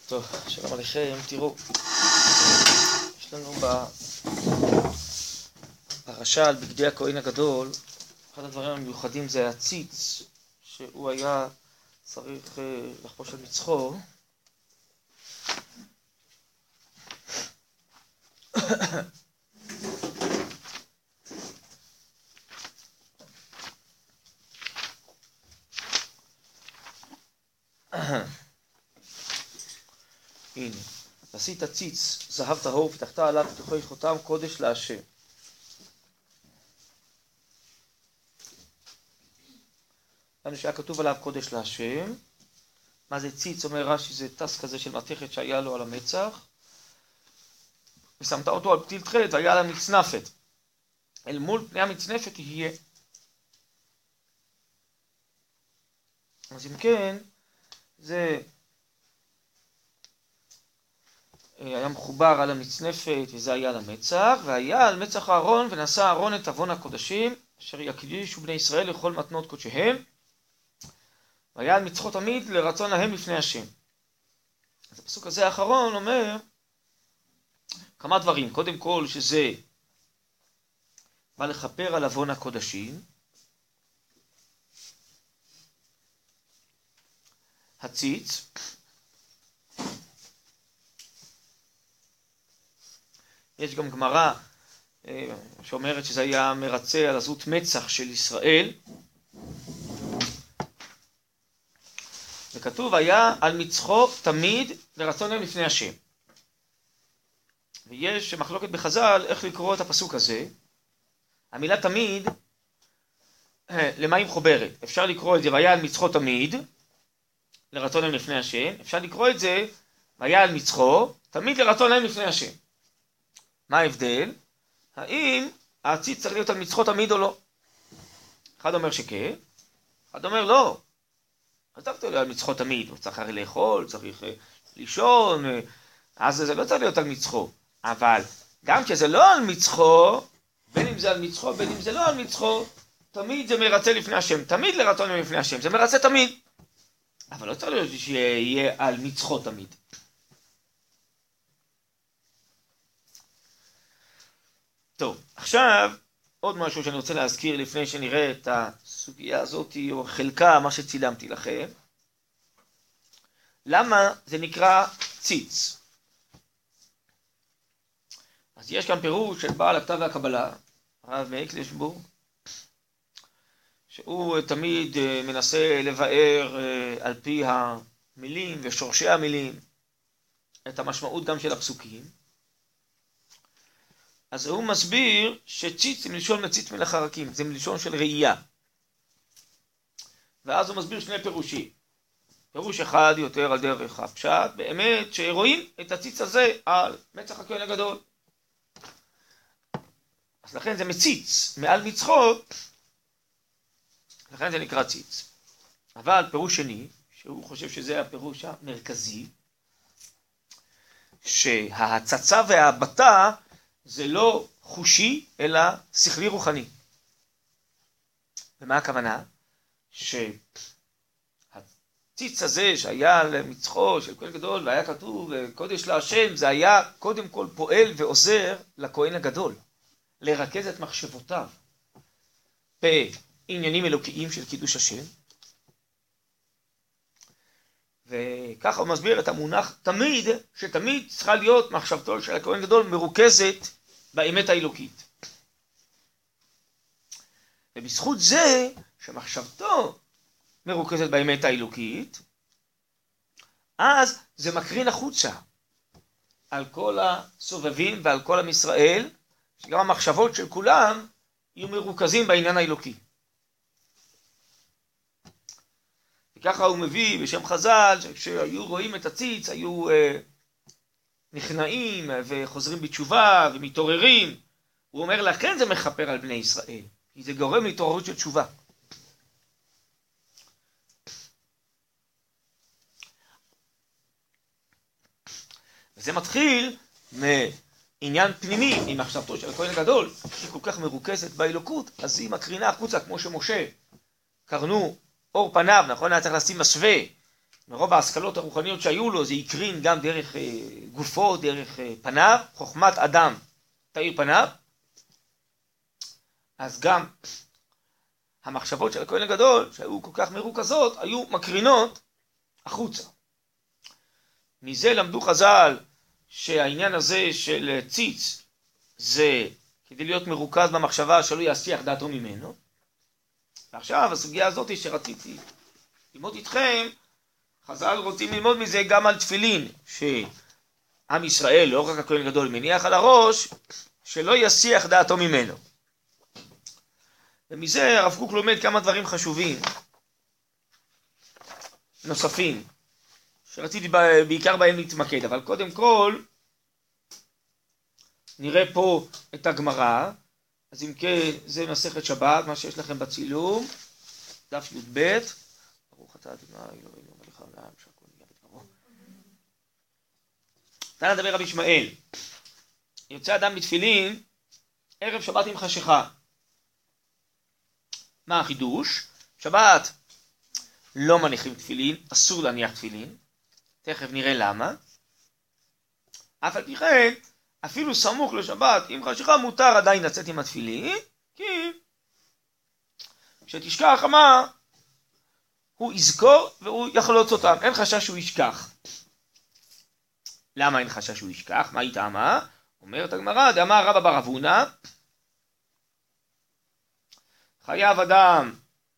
טוב, שלום עליכם, תראו, יש לנו בפרשה על בגדי הכהן הגדול, אחד הדברים המיוחדים זה הציץ, שהוא היה צריך לחבוש על מצחו. הנה, עשית ציץ, זהב טהור, ותחת עליו ותוכי חותם קודש להשם. לנו שהיה כתוב עליו קודש להשם. מה זה ציץ? אומר רש"י, זה טס כזה של מתכת שהיה לו על המצח. ושמת אותו על פתיל תכלת והיה על המצנפת. אל מול פני המצנפת יהיה. אז אם כן, זה היה מחובר על המצנפת וזה היה על המצח, והיה על מצח הארון ונשא הארון את עוון הקודשים, אשר יקדישו בני ישראל לכל מתנות קודשיהם, והיה על מצחו תמיד לרצון להם לפני השם. אז הפסוק הזה האחרון אומר כמה דברים. קודם כל שזה בא לכפר על עוון הקודשים, הציץ, יש גם גמרא שאומרת שזה היה מרצה על עזות מצח של ישראל, וכתוב היה על מצחו תמיד לרצון להם לפני השם. ויש מחלוקת בחז"ל איך לקרוא את הפסוק הזה. המילה תמיד, למה היא מחוברת? אפשר לקרוא את זה והיה על מצחו תמיד לרצון להם לפני השם, אפשר לקרוא את זה והיה על מצחו תמיד לרצון להם לפני השם. מה ההבדל? האם הציץ צריך להיות על מצחו תמיד או לא? אחד אומר שכן, אחד אומר לא. אז צריך להיות על מצחו תמיד, הוא צריך לאכול, צריך לישון, אז זה לא צריך להיות על מצחו. אבל גם כשזה לא על מצחו, בין אם זה על מצחו, בין אם זה לא על מצחו, תמיד זה מרצה לפני השם, תמיד לרצון לפני השם, זה מרצה תמיד. אבל לא צריך להיות שיהיה על מצחו תמיד. טוב, עכשיו עוד משהו שאני רוצה להזכיר לפני שנראה את הסוגיה הזאת, או חלקה, מה שצילמתי לכם. למה זה נקרא ציץ? אז יש כאן פירוש של בעל הכתב והקבלה, הרב מאקלשבורג, שהוא תמיד מנסה לבאר על פי המילים ושורשי המילים את המשמעות גם של הפסוקים. אז הוא מסביר שציץ זה מלשון מציץ מלח הרקים, זה מלשון של ראייה. ואז הוא מסביר שני פירושים. פירוש אחד יותר על דרך הפשט, באמת שרואים את הציץ הזה על מצח הכהן הגדול. אז לכן זה מציץ, מעל מצחו, לכן זה נקרא ציץ. אבל פירוש שני, שהוא חושב שזה הפירוש המרכזי, שההצצה וההבטה זה לא חושי, אלא שכלי רוחני. ומה הכוונה? שהציץ הזה שהיה על מצחו של כהן גדול, והיה כתוב קודש להשם, זה היה קודם כל פועל ועוזר לכהן הגדול, לרכז את מחשבותיו בעניינים אלוקיים של קידוש השם. וככה הוא מסביר את המונח תמיד, שתמיד צריכה להיות מחשבתו של הכהן גדול מרוכזת באמת האלוקית. ובזכות זה שמחשבתו מרוכזת באמת האלוקית, אז זה מקרין החוצה על כל הסובבים ועל כל עם ישראל, שגם המחשבות של כולם יהיו מרוכזים בעניין האלוקי. וככה הוא מביא בשם חז"ל, שכשהיו רואים את הציץ, היו נכנעים וחוזרים בתשובה ומתעוררים. הוא אומר, לכן זה מכפר על בני ישראל, כי זה גורם להתעוררות של תשובה. וזה מתחיל מעניין פנימי, עם מחשבתו של הכהן הגדול, שהיא כל כך מרוכזת באלוקות, אז היא מקרינה החוצה, כמו שמשה קרנו אור פניו, נכון? היה צריך לשים משווה מרוב ההשכלות הרוחניות שהיו לו, זה הקרין גם דרך גופו, דרך פניו, חוכמת אדם תאיר פניו. אז גם המחשבות של הכהן הגדול, שהיו כל כך מרוכזות, היו מקרינות החוצה. מזה למדו חז"ל שהעניין הזה של ציץ, זה כדי להיות מרוכז במחשבה שלא יסיח דעתו ממנו. ועכשיו הסוגיה הזאת שרציתי ללמוד איתכם, חז"ל רוצים ללמוד מזה גם על תפילין, שעם ישראל, לא רק הכהן הגדול, מניח על הראש, שלא יסיח דעתו ממנו. ומזה הרב קוק לומד כמה דברים חשובים, נוספים, שרציתי בעיקר בהם להתמקד, אבל קודם כל, נראה פה את הגמרא. אז אם כן, זה מסכת שבת, מה שיש לכם בצילום, דף י"ב. ברוך אתה ה' אלוהינו מלך העולם שהכל נהיה בדברו. תנא דבר רבי ישמעאל, יוצא אדם בתפילין ערב שבת עם חשיכה. מה החידוש? שבת לא מניחים תפילין, אסור להניח תפילין, תכף נראה למה. אף על פי כן, אפילו סמוך לשבת עם חשיכה מותר עדיין לצאת עם התפילין, כי כשתשכח מה, הוא יזכור והוא יחלוץ אותם, אין חשש שהוא ישכח. למה אין חשש שהוא ישכח? מה היא טעמה? אומרת הגמרא, דאמר רבא בר אבונה, חייב אדם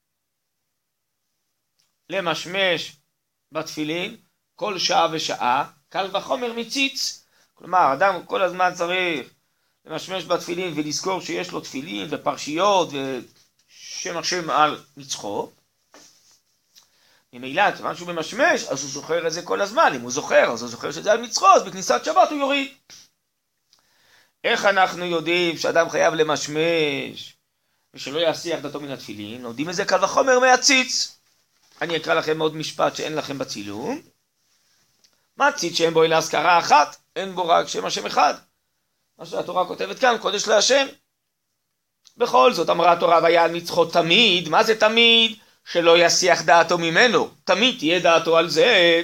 למשמש בתפילין כל שעה ושעה, קל וחומר מציץ. כלומר, אדם כל הזמן צריך למשמש בתפילין ולזכור שיש לו תפילין ופרשיות ושם השם על מצחו. ממילא, כיוון שהוא ממשמש, אז הוא זוכר את זה כל הזמן. אם הוא זוכר, אז הוא זוכר שזה על מצחו, אז בכניסת שבת הוא יוריד. איך אנחנו יודעים שאדם חייב למשמש ושלא יסיח דעתו מן התפילין? לומדים את זה קל וחומר מהציץ. אני אקרא לכם עוד משפט שאין לכם בצילום. מה ציץ שאין בו אלא הזכרה אחת? אין בו רק שם השם אחד. מה שהתורה כותבת כאן, קודש להשם. בכל זאת אמרה התורה, והיה על מצחו תמיד. מה זה תמיד? שלא יסיח דעתו ממנו. תמיד תהיה דעתו על זה.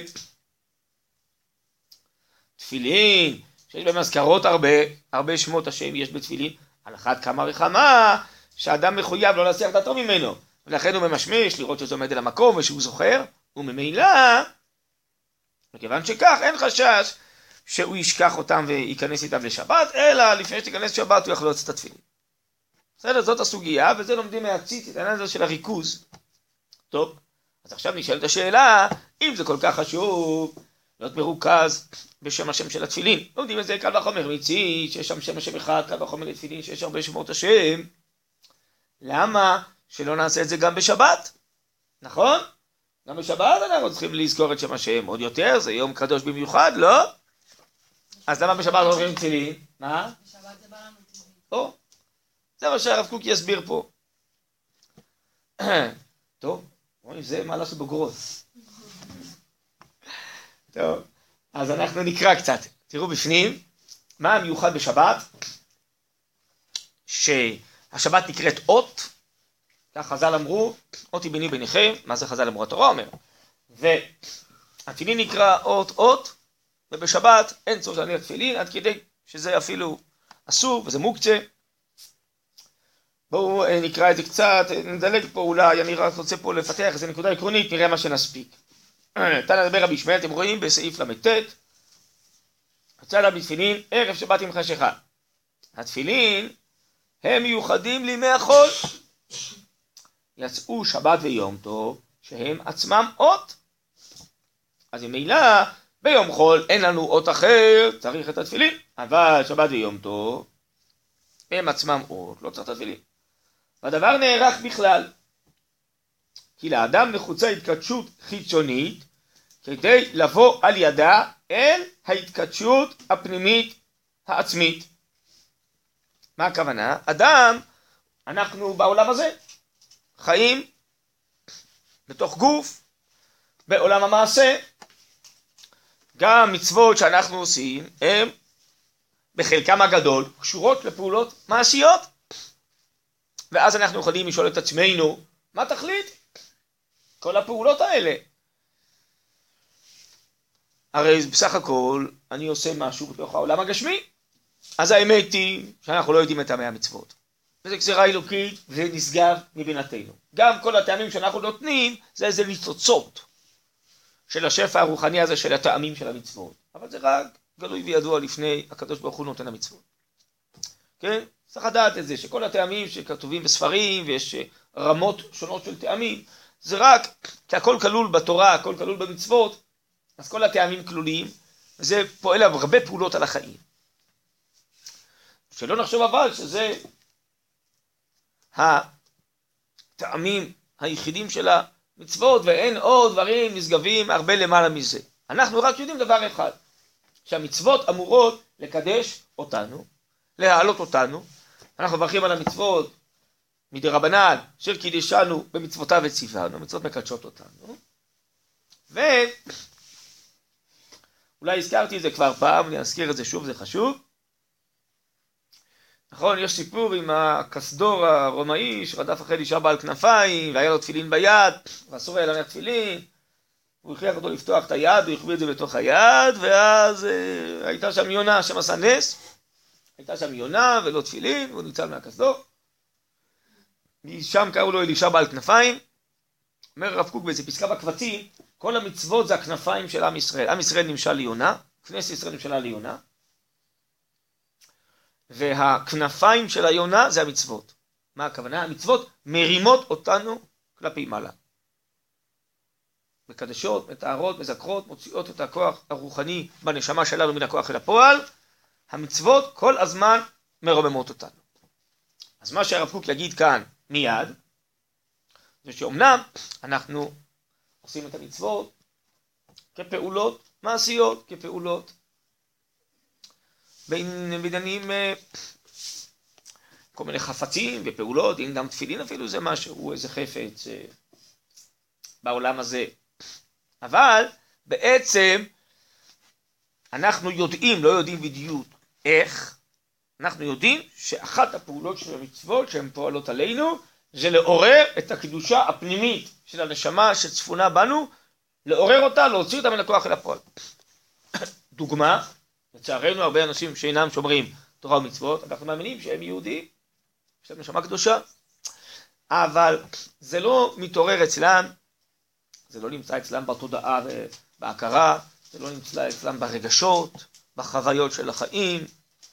תפילין, שיש בהם הזכרות הרבה שמות השם יש בתפילין. על אחת כמה וכמה, שאדם מחויב לא להסיח דעתו ממנו. ולכן הוא ממשמש לראות שזה עומד על המקום ושהוא זוכר. וממילא, מכיוון שכך אין חשש שהוא ישכח אותם וייכנס איתם לשבת, אלא לפני שתיכנס שבת הוא יחלוץ את התפילין. בסדר, זאת הסוגיה, וזה לומדים מהציץ, את העניין הזה של הריכוז. טוב, אז עכשיו נשאלת השאלה, אם זה כל כך חשוב להיות מרוכז בשם השם של התפילין, לומדים את זה קל וחומר מציץ, שיש שם השם אחד, קל וחומר לתפילין, שיש הרבה שמות השם, למה שלא נעשה את זה גם בשבת? נכון? גם בשבת אנחנו צריכים לזכור את שם השם עוד יותר, זה יום קדוש במיוחד, לא? אז למה בשבת לא אומרים תפילין? מה? בשבת זה בא לנו טבעי. או, זה מה שהרב קוק יסביר פה. טוב, רואים, זה מה לעשות בוגרות. טוב, אז אנחנו נקרא קצת. תראו בפנים, מה המיוחד בשבת? שהשבת נקראת אות, כך חז"ל אמרו, אות היא ביני ביניכם, מה זה חז"ל אמרו? התורה אומר. והתפילין נקרא אות, ובשבת אין צורך להניח תפילין, עד כדי שזה אפילו אסור וזה מוקצה. בואו נקרא את זה קצת, נדלג פה אולי, אני רק רוצה פה לפתח איזו נקודה עקרונית, נראה מה שנספיק. תנא דבר רבי ישמעאל, אתם רואים בסעיף ל"ט, יוצא אדם בתפילין ערב שבת עם חשיכה. התפילין הם מיוחדים לימי החול. יצאו שבת ויום טוב, שהם עצמם אות. אז ממילא ביום חול אין לנו אות אחר, צריך את התפילין, אבל שבת ויום טוב, הם עצמם אות, לא צריך את התפילין. והדבר נערך בכלל, כי לאדם נחוצה התקדשות חיצונית, כדי לבוא על ידה אל ההתקדשות הפנימית העצמית. מה הכוונה? אדם, אנחנו בעולם הזה, חיים בתוך גוף, בעולם המעשה, גם מצוות שאנחנו עושים, הם בחלקם הגדול קשורות לפעולות מעשיות. ואז אנחנו יכולים לשאול את עצמנו, מה תכלית כל הפעולות האלה? הרי בסך הכל אני עושה משהו בתוך העולם הגשמי. אז האמת היא שאנחנו לא יודעים את טעמי המצוות. וזה גזירה אלוקית ונשגב מבינתנו. גם כל הטעמים שאנחנו נותנים זה איזה ניצוצות של השפע הרוחני הזה של הטעמים של המצוות. אבל זה רק גלוי וידוע לפני הקדוש ברוך הוא נותן המצוות. כן? צריך לדעת את זה, שכל הטעמים שכתובים בספרים ויש רמות שונות של טעמים, זה רק כי הכל כלול בתורה, הכל כלול במצוות, אז כל הטעמים כלולים, וזה פועל הרבה פעולות על החיים. שלא נחשוב אבל שזה הטעמים היחידים של המצוות, ואין עוד דברים נשגבים הרבה למעלה מזה. אנחנו רק יודעים דבר אחד, שהמצוות אמורות לקדש אותנו, להעלות אותנו. אנחנו מברכים על המצוות מדרבנן, של קידשנו במצוותיו וציוונו, מצוות מקדשות אותנו. ואולי הזכרתי את זה כבר פעם, אני אזכיר את זה שוב, זה חשוב. נכון, יש סיפור עם הקסדור הרומאי שרדף אחרי אישה בעל כנפיים, והיה לו תפילין ביד, ואסור היה להניח תפילין. הוא הכריח אותו לפתוח את היד, הוא החביא את זה בתוך היד, ואז הייתה שם יונה, השם עשה נס. הייתה שם יונה ולא תפילין, והוא ניצל מהקסדור. משם קראו לו אלישע בעל כנפיים. אומר הרב קוק באיזה פסקה בקבצים, כל המצוות זה הכנפיים של עם ישראל. עם ישראל נמשל ליונה, כנסת ישראל נמשלה ליונה. והכנפיים של היונה זה המצוות. מה הכוונה? המצוות מרימות אותנו כלפי מעלה. מקדשות, מתארות, מזכרות, מוציאות את הכוח הרוחני בנשמה שלנו מן הכוח אל הפועל. המצוות כל הזמן מרוממות אותנו. אז מה שהרב קוק יגיד כאן מיד, זה שאומנם אנחנו עושים את המצוות כפעולות מעשיות, כפעולות בעניינים, כל מיני חפצים ופעולות, אם גם תפילין אפילו זה משהו, איזה חפץ בעולם הזה. אבל בעצם אנחנו יודעים, לא יודעים בדיוק איך, אנחנו יודעים שאחת הפעולות של המצוות שהן פועלות עלינו, זה לעורר את הקדושה הפנימית של הנשמה שצפונה בנו, לעורר אותה, להוציא אותה מן הכוח אל הפועל. דוגמה, לצערנו הרבה אנשים שאינם שומרים תורה ומצוות, אנחנו מאמינים שהם יהודים, יש להם נשמה קדושה, אבל זה לא מתעורר אצלם, זה לא נמצא אצלם בתודעה ובהכרה, זה לא נמצא אצלם ברגשות, בחוויות של החיים,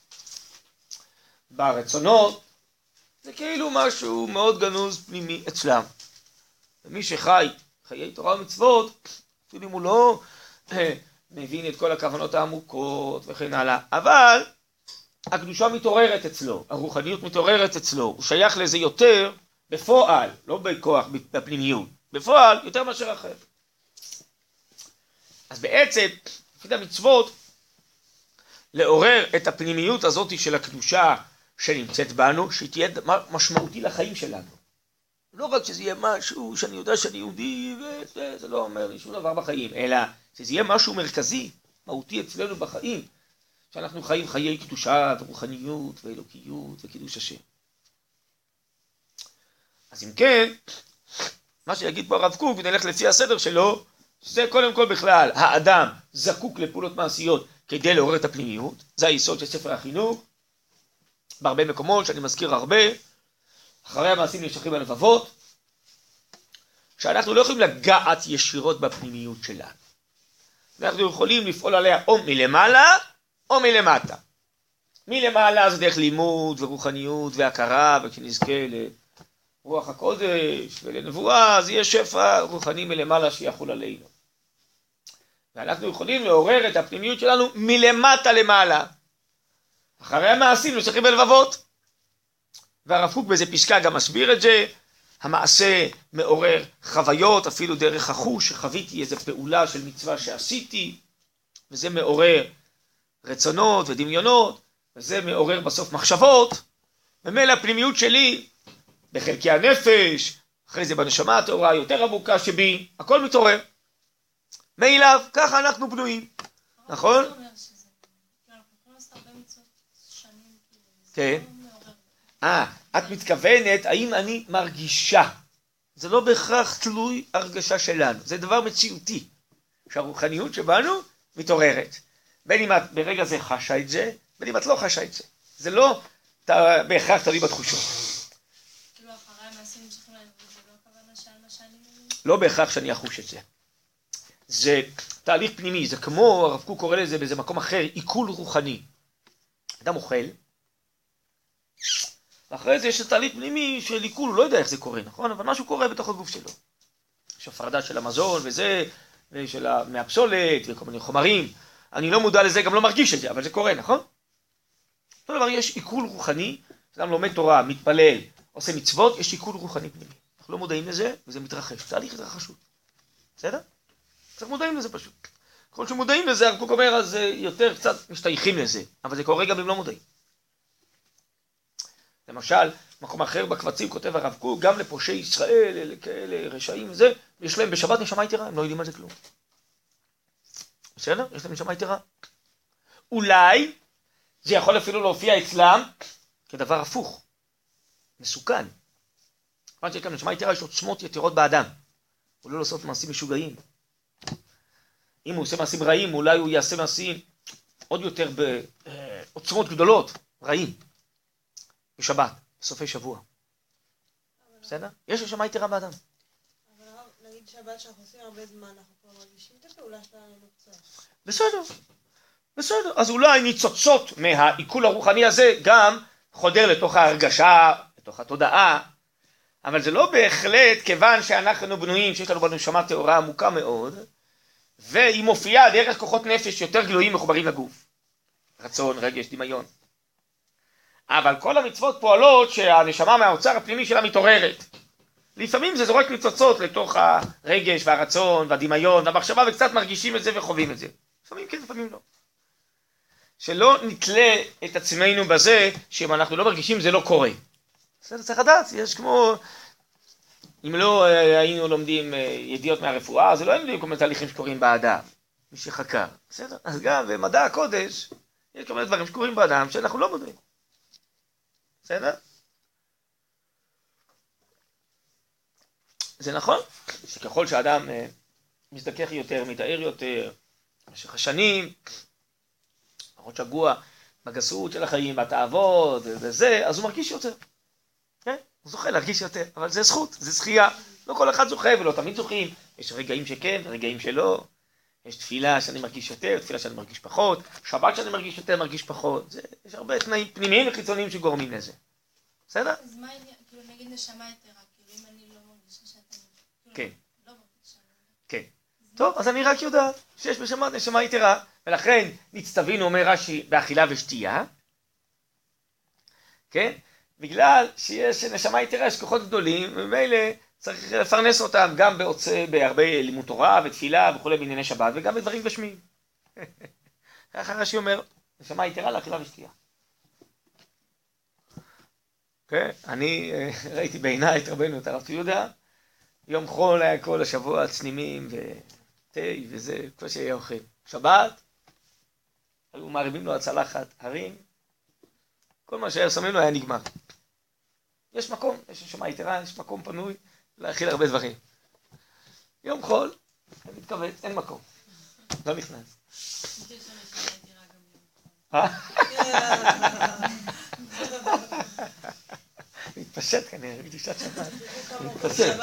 ברצונות, זה כאילו משהו מאוד גנוז פנימי אצלם. ומי שחי חיי תורה ומצוות, אפילו אם הוא לא מבין את כל הכוונות העמוקות וכן הלאה, אבל הקדושה מתעוררת אצלו, הרוחניות מתעוררת אצלו, הוא שייך לזה יותר בפועל, לא בכוח, בפנימיות, בפועל יותר מאשר אחר. אז בעצם, לפי המצוות, לעורר את הפנימיות הזאת של הקדושה שנמצאת בנו, שתהיה משמעותי לחיים שלנו. לא רק שזה יהיה משהו שאני יודע שאני יהודי, וזה לא אומר לי שום דבר בחיים, אלא שזה יהיה משהו מרכזי, מהותי אצלנו בחיים, שאנחנו חיים חיי קדושה ורוחניות ואלוקיות וקידוש השם. אז אם כן, מה שיגיד פה הרב קוק, ונלך לפי הסדר שלו, זה קודם כל בכלל, האדם זקוק לפעולות מעשיות כדי לעורר את הפנימיות, זה היסוד של ספר החינוך, בהרבה מקומות שאני מזכיר הרבה, אחרי המעשים נמשכים הלבבות, שאנחנו לא יכולים לגעת ישירות בפנימיות שלנו. אנחנו יכולים לפעול עליה או מלמעלה או מלמטה. מלמעלה זה דרך לימוד ורוחניות והכרה, וכשנזכה לרוח הקודש ולנבואה, אז יהיה שפע רוחני מלמעלה שיחול עלינו. ואנחנו יכולים לעורר את הפנימיות שלנו מלמטה למעלה. אחרי המעשים נמשכים הלבבות. והרב קוק באיזה פסקה גם מסביר את זה, המעשה מעורר חוויות, אפילו דרך החוש, שחוויתי איזו פעולה של מצווה שעשיתי, וזה מעורר רצונות ודמיונות, וזה מעורר בסוף מחשבות, ומילא הפנימיות שלי, בחלקי הנפש, אחרי זה בנשמה הטהורה יותר עמוקה שבי, הכל מתעורר. מאליו, ככה אנחנו בנויים, נכון? כן. את מתכוונת, האם אני מרגישה? זה לא בהכרח תלוי הרגשה שלנו, זה דבר מציאותי. שהרוחניות שבנו מתעוררת. בין אם את ברגע זה חשה את זה, בין אם את לא חשה את זה. זה לא בהכרח תלוי בתחושות. כאילו אחרי המעשים צריכים להגיד, זה לא הכוונה שעל מה שאני מבין? לא בהכרח שאני אחוש את זה. זה תהליך פנימי, זה כמו, הרב קוק קורא לזה באיזה מקום אחר, עיכול רוחני. אדם אוכל, ואחרי זה יש תהליך פנימי של עיכול, הוא לא יודע איך זה קורה, נכון? אבל משהו קורה בתוך הגוף שלו. יש הפרדה של המזון וזה, מהפסולת וכל מיני חומרים. אני לא מודע לזה, גם לא מרגיש את זה, אבל זה קורה, נכון? אותו דבר, יש עיכול רוחני, אדם לומד תורה, מתפלל, עושה מצוות, יש עיכול רוחני פנימי. אנחנו לא מודעים לזה, וזה מתרחש, תהליך התרחשות. בסדר? צריך מודעים לזה פשוט. ככל שמודעים לזה, הרב קוק אומר, אז יותר קצת משתייכים לזה, אבל זה קורה גם אם לא מודעים. למשל, מקום אחר בקבצים כותב הרב קוק, גם לפושעי ישראל, אלה כאלה רשעים וזה, יש להם בשבת נשמה יתרה, הם לא יודעים על זה כלום. בסדר? יש להם נשמה יתרה. אולי זה יכול אפילו להופיע אצלם כדבר הפוך, מסוכן. כיוון שיש להם נשמה יתרה, יש עוצמות יתרות באדם. הוא לא לעשות מעשים משוגעים. אם הוא עושה מעשים רעים, אולי הוא יעשה מעשים עוד יותר בעוצמות גדולות, רעים. בשבת, בסופי שבוע. בסדר? יש נשמה יתרה באדם. אבל הרב, נגיד שבת שאנחנו עושים הרבה זמן, אנחנו כבר מרגישים את הפעולה שלנו קצת. בסדר, בסדר. אז אולי ניצוצות מהעיכול הרוחני הזה גם חודר לתוך ההרגשה, לתוך התודעה, אבל זה לא בהחלט כיוון שאנחנו בנויים, שיש לנו בנשמה טהורה עמוקה מאוד, והיא מופיעה דרך כוחות נפש יותר גלויים מחוברים לגוף. רצון, רגש, דמיון. אבל כל המצוות פועלות שהנשמה מהאוצר הפנימי שלה מתעוררת. לפעמים זה זורק ניצוצות לתוך הרגש והרצון והדמיון והמחשבה וקצת מרגישים את זה וחווים את זה. לפעמים כן, לפעמים לא. שלא נתלה את עצמנו בזה שאם אנחנו לא מרגישים זה לא קורה. בסדר, צריך לדעת, יש כמו... אם לא היינו לומדים ידיעות מהרפואה, זה לא היינו יודעים כל מיני תהליכים שקורים באדם, מי שחקר. בסדר? אז גם במדע הקודש יש כל מיני דברים שקורים באדם שאנחנו לא מודעים. בסדר? זה נכון שככל שאדם מזדכך יותר, מתאר יותר, במשך השנים, פחות שגוע בגסות של החיים, בתאוות וזה, אז הוא מרגיש יותר. כן? הוא זוכה להרגיש יותר, אבל זה זכות, זה זכייה. לא כל אחד זוכה ולא תמיד זוכים. יש רגעים שכן, רגעים שלא. יש תפילה שאני מרגיש יותר, תפילה שאני מרגיש פחות. שבת שאני מרגיש יותר, מרגיש פחות. יש הרבה תנאים פנימיים וחיצוניים שגורמים לזה. בסדר? אז מה העניין, כאילו נגיד נשמה יתרה, כאילו אם אני לא מרגישה שאתה... כן. לא מרגישה. כן. טוב, אז אני רק יודעת שיש בשבת נשמה יתרה, ולכן נצטווינו, אומר רש"י, באכילה ושתייה. כן? בגלל שיש נשמה יתרה, יש כוחות גדולים, וממילא צריך לפרנס אותם גם בהרבה לימוד תורה ותפילה וכו' בענייני שבת, וגם בדברים גשמיים. ככה רש"י אומר, נשמה יתרה לאכילה ושתייה. כן? אני ראיתי בעיניי את רבנו, את הרב יהודה, יום חול היה כל השבוע צנימים ותה וזה, כל שהיה אוכל. שבת, היו מערבים לו הצלחת הרים, כל מה שהיה שמים לו היה נגמר. יש מקום, יש נשמה יתרה, יש מקום פנוי להכיל הרבה דברים. יום חול, אני מתכווץ, אין מקום. לא נכנס. מתפשט כנראה, בקדושת שבת. מתפשט.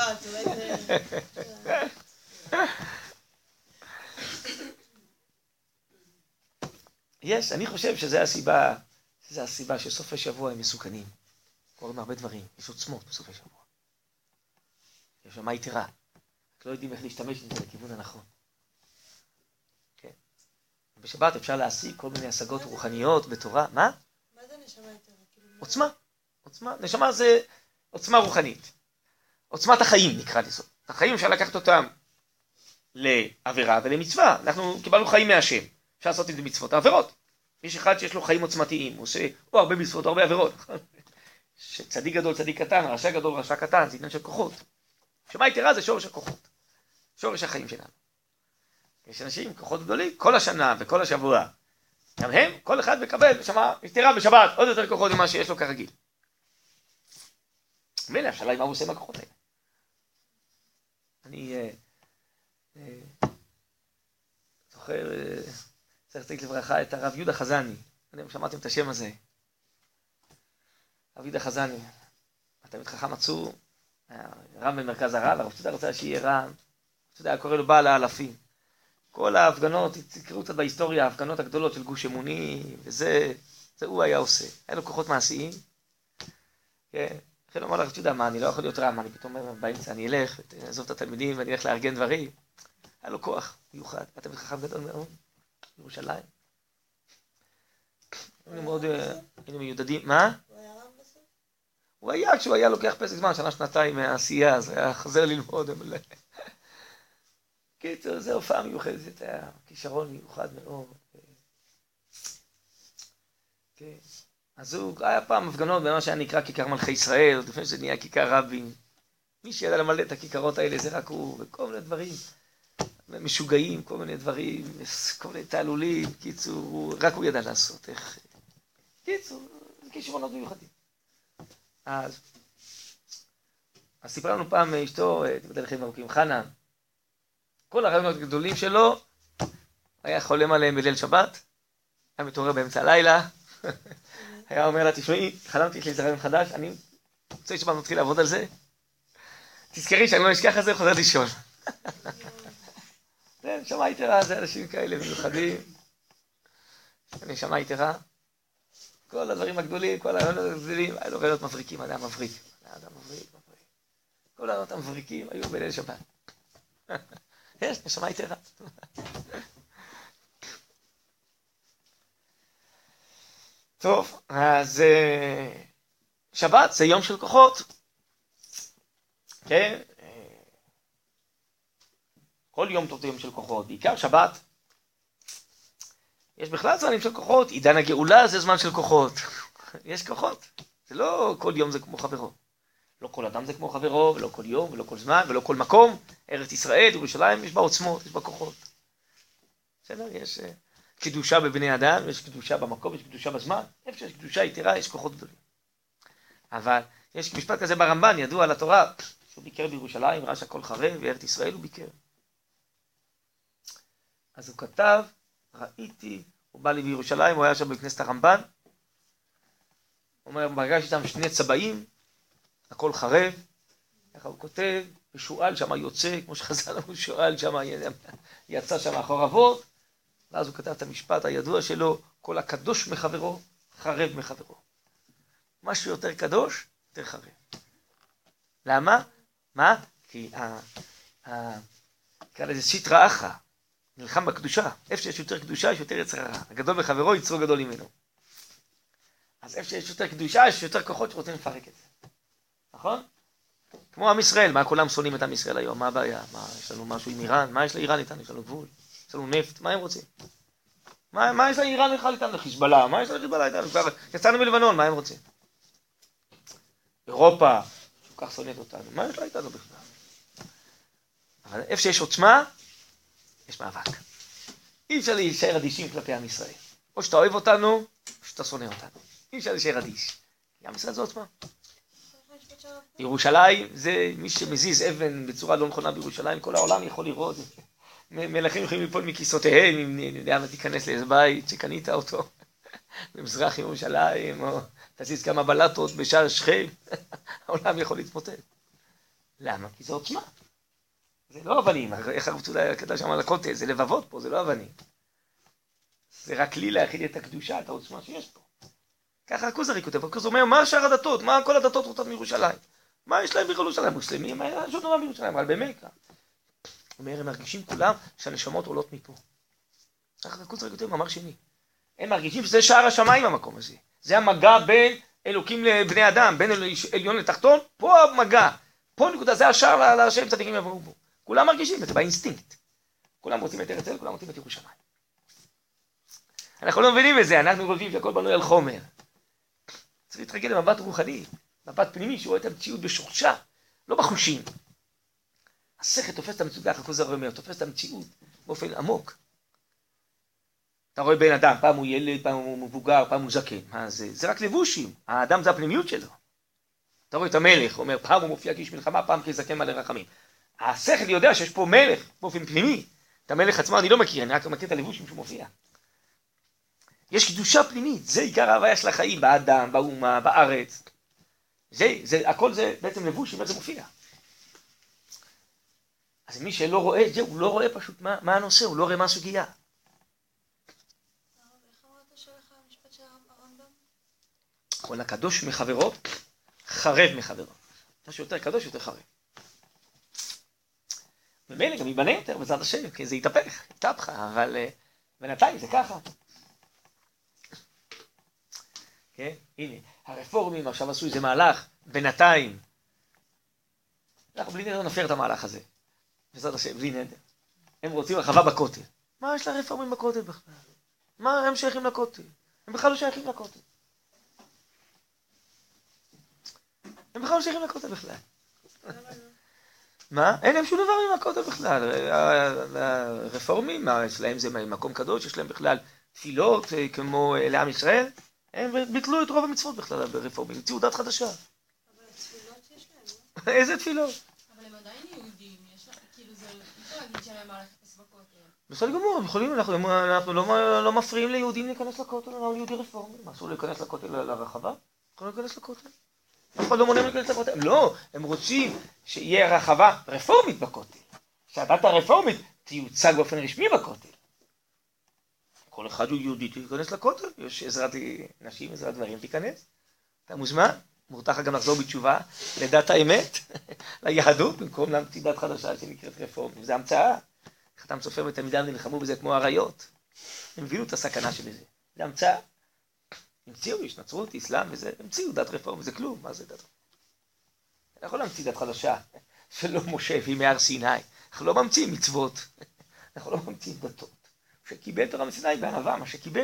יש, אני חושב שזה הסיבה שסופי שבוע הם מסוכנים. קוראים הרבה דברים, יש עוצמות בסופי שבוע. יש נשמה יתרה. רק לא יודעים איך להשתמש בזה לכיוון הנכון. כן. בשבת אפשר להשיג כל מיני השגות רוחניות בתורה. מה? מה זה נשמה יתרה? עוצמה. עוצמה. נשמה זה עוצמה רוחנית. עוצמת החיים נקרא לזה. החיים אפשר לקחת אותם לעבירה ולמצווה. אנחנו קיבלנו חיים מהשם. אפשר לעשות את זה מצוות העבירות. יש אחד שיש לו חיים עוצמתיים. הוא עושה או הרבה מצוות או הרבה עבירות. צדיק גדול, צדיק קטן, רשע גדול, רשע קטן, זה עניין של כוחות. נשמה יתרה זה שורש הכוחות. שורש החיים שלנו. יש אנשים, כוחות גדולים, כל השנה וכל השבוע. גם הם, כל אחד מקבל נשמה יתרה בשבת, עוד יותר כוחות ממה שיש לו כרגיל. מילא, השאלה היא מה הוא עושה עם הכוחות האלה. אני זוכר צריך להציג לברכה את הרב יהודה חזני. אני יודע אם שמעתם את השם הזה. הרב יהודה חזני. התלמיד חכם עצור, רב במרכז הרב, הרב צודה רצה שיהיה רב. צודה קורא לו בעל האלפים. כל ההפגנות, תקראו קצת בהיסטוריה, ההפגנות הגדולות של גוש אמוני, וזה הוא היה עושה. היה לו כוחות מעשיים. כן. לכן אמר לרב צודה, מה, אני לא יכול להיות רב, מה, אני פתאום אומר, באמצע אני אלך, אעזוב את התלמידים ואני אלך לארגן דברים. היה לו כוח מיוחד. התלמיד חכם גדול מאוד. ירושלים. היינו מאוד, היינו מיודדים. מה? הוא היה רב בסוף? הוא היה, כשהוא היה לוקח פסק זמן, שנה, שנתיים מהעשייה, אז היה חוזר ללמוד. קיצור, זו הופעה מיוחדת, זה היה כישרון מיוחד מאוד. כן. אז הוא היה פעם הפגנות במה שהיה נקרא כיכר מלכי ישראל, עוד לפני שזה נהיה כיכר רבין. מי שידע למלא את הכיכרות האלה זה רק הוא, וכל מיני דברים. משוגעים, כל מיני דברים, כל מיני תעלולים, קיצור, רק הוא ידע לעשות, איך... קיצור, זה כישרונות מיוחדים. אז סיפרה לנו פעם אשתו, תיבדל לחיים ארוכים, חנה, כל הרעיונות הגדולים שלו, היה חולם עליהם בליל שבת, היה מתעורר באמצע הלילה, היה אומר לה, תשמעי, חלמתי, יש לי איזה רעיון חדש, אני רוצה שבת מתחיל לעבוד על זה, תזכרי שאני לא אשכח את זה, חוזר לישון. זה נשמה יתרה, זה אנשים כאלה מיוחדים. נשמה יתרה. כל הדברים הגדולים, כל הרעיונות הגדולים, היו לו רעיונות מבריקים, אדם מבריק. אדם מבריק. כל הרעיונות המבריקים היו בליל שבת. יש, נשמה יתרה. טוב, אז שבת זה יום של כוחות. כן? כל יום טוב זה יום של כוחות, בעיקר שבת. יש בכלל זמנים של כוחות, עידן הגאולה זה זמן של כוחות. יש כוחות. זה לא כל יום זה כמו חברו. לא כל אדם זה כמו חברו, ולא כל יום, ולא כל זמן, ולא כל מקום. ארץ ישראל, ירושלים, יש בה עוצמות, יש בה כוחות. בסדר? יש קדושה בבני אדם, יש קדושה במקום, יש קדושה בזמן. איפה שיש קדושה יתרה, יש כוחות גדולים. אבל יש משפט כזה ברמב"ן, ידוע על התורה, שהוא ביקר בירושלים, ראה שהכל חרב, וארץ ישראל הוא ביקר. אז הוא כתב, ראיתי, הוא בא לי בירושלים, הוא היה שם בכנסת הרמב"ן, הוא אומר, ברגע שאתם שני צבעים, הכל חרב, ככה הוא כותב, ושואל שם יוצא, כמו שחז"ל אמרו, שואל שם, יצא שם החורבות, ואז הוא כתב את המשפט הידוע שלו, כל הקדוש מחברו, חרב מחברו. משהו יותר קדוש, יותר חרב. למה? מה? כי נקרא לזה סטרא אחרא. נלחם בקדושה. איפה שיש יותר קדושה, יש יותר יצר הרע. הגדול בחברו, יצרו גדול ממנו. אז איפה שיש יותר קדושה, יש יותר כוחות שרוצים לפרק את זה. נכון? כמו עם ישראל, מה כולם שונאים את עם ישראל היום? מה הבעיה? מה, יש לנו משהו עם איראן? מה יש לאיראן איתנו? יש לנו גבול? יש לנו נפט? מה הם רוצים? מה יש לאיראן בכלל איתנו? לחיזבאללה? מה יש לחיזבאללה איתנו? כבר יצאנו מלבנון, מה הם רוצים? אירופה, כל כך שונאת אותנו. מה יש לה איתנו בכלל? אבל איפה שיש עוצמה, יש מאבק. אי אפשר להישאר אדישים כלפי עם ישראל. או שאתה אוהב אותנו, או שאתה שונא אותנו. אי אפשר להישאר אדיש. עם ישראל זו עוצמה. ירושלים זה מי שמזיז אבן בצורה לא נכונה בירושלים, כל העולם יכול לראות. מלכים יכולים ליפול מכיסותיהם, אם יודע מה תיכנס לאיזה בית שקנית אותו במזרח ירושלים, או תזיז כמה בלטות בשער שכם, העולם יכול להתמוטט. למה? כי זו עוצמה. זה לא אבנים, איך הרב צודה כתב שם על הכותל, זה לבבות פה, זה לא אבנים. זה רק לי להכיל את הקדושה, את העוצמה שיש פה. ככה הכוזרי כותב, הכוזרי אומר, מה שאר הדתות? מה כל הדתות רוצות מירושלים? מה יש להם בירושלים? מוסלמים? מה יש עוד דבר מירושלים? אבל במכה. הוא אומר, הם מרגישים כולם שהנשמות עולות מפה. ככה הכוזרי כותב, מאמר שני. הם מרגישים שזה שער השמיים המקום הזה. זה המגע בין אלוקים לבני אדם, בין עליון לתחתון, פה המגע. פה נקודה, זה השער להשם צדיקים יבואו בו. כולם מרגישים את זה באינסטינקט. כולם רוצים את ארץ ישראל, כולם רוצים את ירושלים. אנחנו לא מבינים את זה, אנחנו חושבים שהכל בנוי על חומר. צריך להתרגל למבט רוחני, מבט פנימי שהוא רואה את המציאות בשורשה, לא בחושים. השכל תופס את המציאות, ככה כוזר אומר, תופס את המציאות באופן עמוק. אתה רואה בן אדם, פעם הוא ילד, פעם הוא מבוגר, פעם הוא זקן. מה זה? זה רק לבושים, האדם זה הפנימיות שלו. אתה רואה את המלך, הוא אומר, פעם הוא מופיע כאיש מלחמה, פעם כזקן מלא רחמים. השכל יודע שיש פה מלך באופן פנימי. את המלך עצמו אני לא מכיר, אני רק מכיר את הלבושים שהוא מופיע. יש קדושה פנימית, זה עיקר ההוויה של החיים, באדם, באומה, בארץ. הכל זה בעצם לבוש, אם זה מופיע. אז מי שלא רואה את זה, הוא לא רואה פשוט מה הנושא, הוא לא רואה מה הסוגיה. איך אמרת שלך המשפט של הרמב"ם? כל הקדוש מחברו, חרב מחברו. מה שיותר קדוש יותר חרב. ממילא גם ייבנה יותר בעזרת השם, כי זה יתהפך, אבל בינתיים זה ככה. כן? הנה, הרפורמים עכשיו עשו איזה מהלך, בינתיים. אנחנו בלי נדר נפר את המהלך הזה. בעזרת השם, בלי נדר. הם רוצים הרחבה בכותל. מה יש לרפורמים בכותל בכלל? מה הם שייכים לכותל? הם בכלל לא שייכים לכותל. הם בכלל לא שייכים לכותל בכלל. מה? אין להם שום דבר עם הכותל בכלל. הרפורמים, אצלהם זה מקום קדוש, יש להם בכלל תפילות כמו לעם ישראל. הם ביטלו את רוב המצוות בכלל ברפורמים, המציאו דת חדשה. אבל התפילות יש להם, לא? איזה תפילות? אבל הם עדיין יהודים, יש לך, כאילו זה לא להגיד שלהם מה לחפש בכותל. בסדר גמור, הם יכולים, אנחנו לא מפריעים ליהודים להיכנס לכותל, אנחנו יהודי רפורמים, אסור להיכנס לכותל לרחבה? יכולים להיכנס לכותל? אף אחד לא מונע להיכנס לכותל. לא, הם רוצים שיהיה רחבה רפורמית בכותל. שהדת הרפורמית תיוצג באופן רשמי בכותל. כל אחד הוא יהודי, תיכנס לכותל, יש עזרת נשים, עזרת דברים, תיכנס. אתה מוזמן, מורתך גם לחזור בתשובה לדת האמת, ליהדות, במקום להמציא דת חדשה שנקראת רפורמית. זה המצאה. חתם סופר ותלמידיו נלחמו בזה כמו אריות. הם הבינו את הסכנה שבזה. זה המצאה. המציאו, יש נצרות, אסלאם וזה, המציאו דת רפורמית, זה כלום, מה זה דת? אתה יכול להמציא דת חדשה, שלא משה בימי הר סיני. אנחנו לא ממציאים מצוות, אנחנו לא ממציאים דתות. שקיבל תורה מסיני בענווה, מה שקיבל.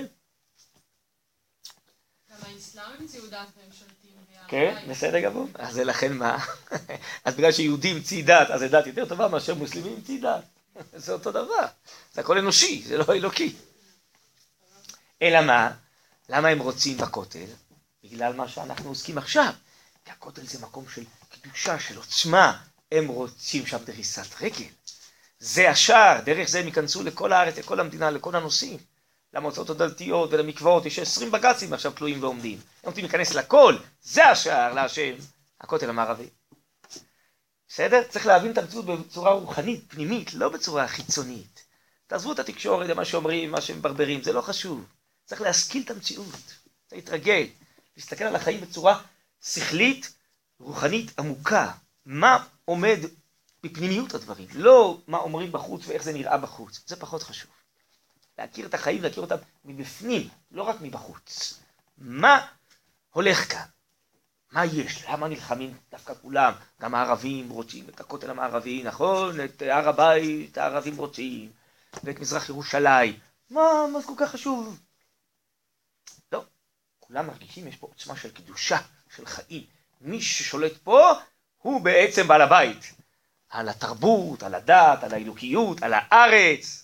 גם האסלאם המציאו דת והם שולטים. כן, בסדר גמור. אז זה לכן מה? אז בגלל שיהודים המציא דת, אז זה דת יותר טובה מאשר מוסלמים המציא דת. זה אותו דבר. זה הכל אנושי, זה לא אלוקי. אלא מה? למה הם רוצים בכותל? בגלל מה שאנחנו עוסקים עכשיו. כי הכותל זה מקום של קדושה, של עוצמה. הם רוצים שם דריסת רגל. זה השער, דרך זה הם ייכנסו לכל הארץ, לכל המדינה, לכל הנושאים. למועצות הדתיות ולמקוואות, יש 20 בג"צים עכשיו תלויים ועומדים. הם רוצים להיכנס לכל, זה השער להשם, הכותל המערבי. בסדר? צריך להבין את המציאות בצורה רוחנית, פנימית, לא בצורה חיצונית. תעזבו את התקשורת, מה שאומרים, מה שהם ברברים, זה לא חשוב. צריך להשכיל את המציאות, צריך להתרגל, להסתכל על החיים בצורה שכלית, רוחנית, עמוקה. מה עומד בפנימיות הדברים, לא מה אומרים בחוץ ואיך זה נראה בחוץ, זה פחות חשוב. להכיר את החיים, להכיר אותם מבפנים, לא רק מבחוץ. מה הולך כאן? מה יש? למה נלחמים דווקא כולם? גם הערבים רוצים את הכותל המערבי, נכון? את הר הבית, הערבים רוצים, ואת מזרח ירושלים. מה זה כל כך חשוב? לא, כולם מרגישים, יש פה עוצמה של קדושה, של חיים. מי ששולט פה הוא בעצם בעל הבית. על התרבות, על הדת, על האלוקיות, על הארץ.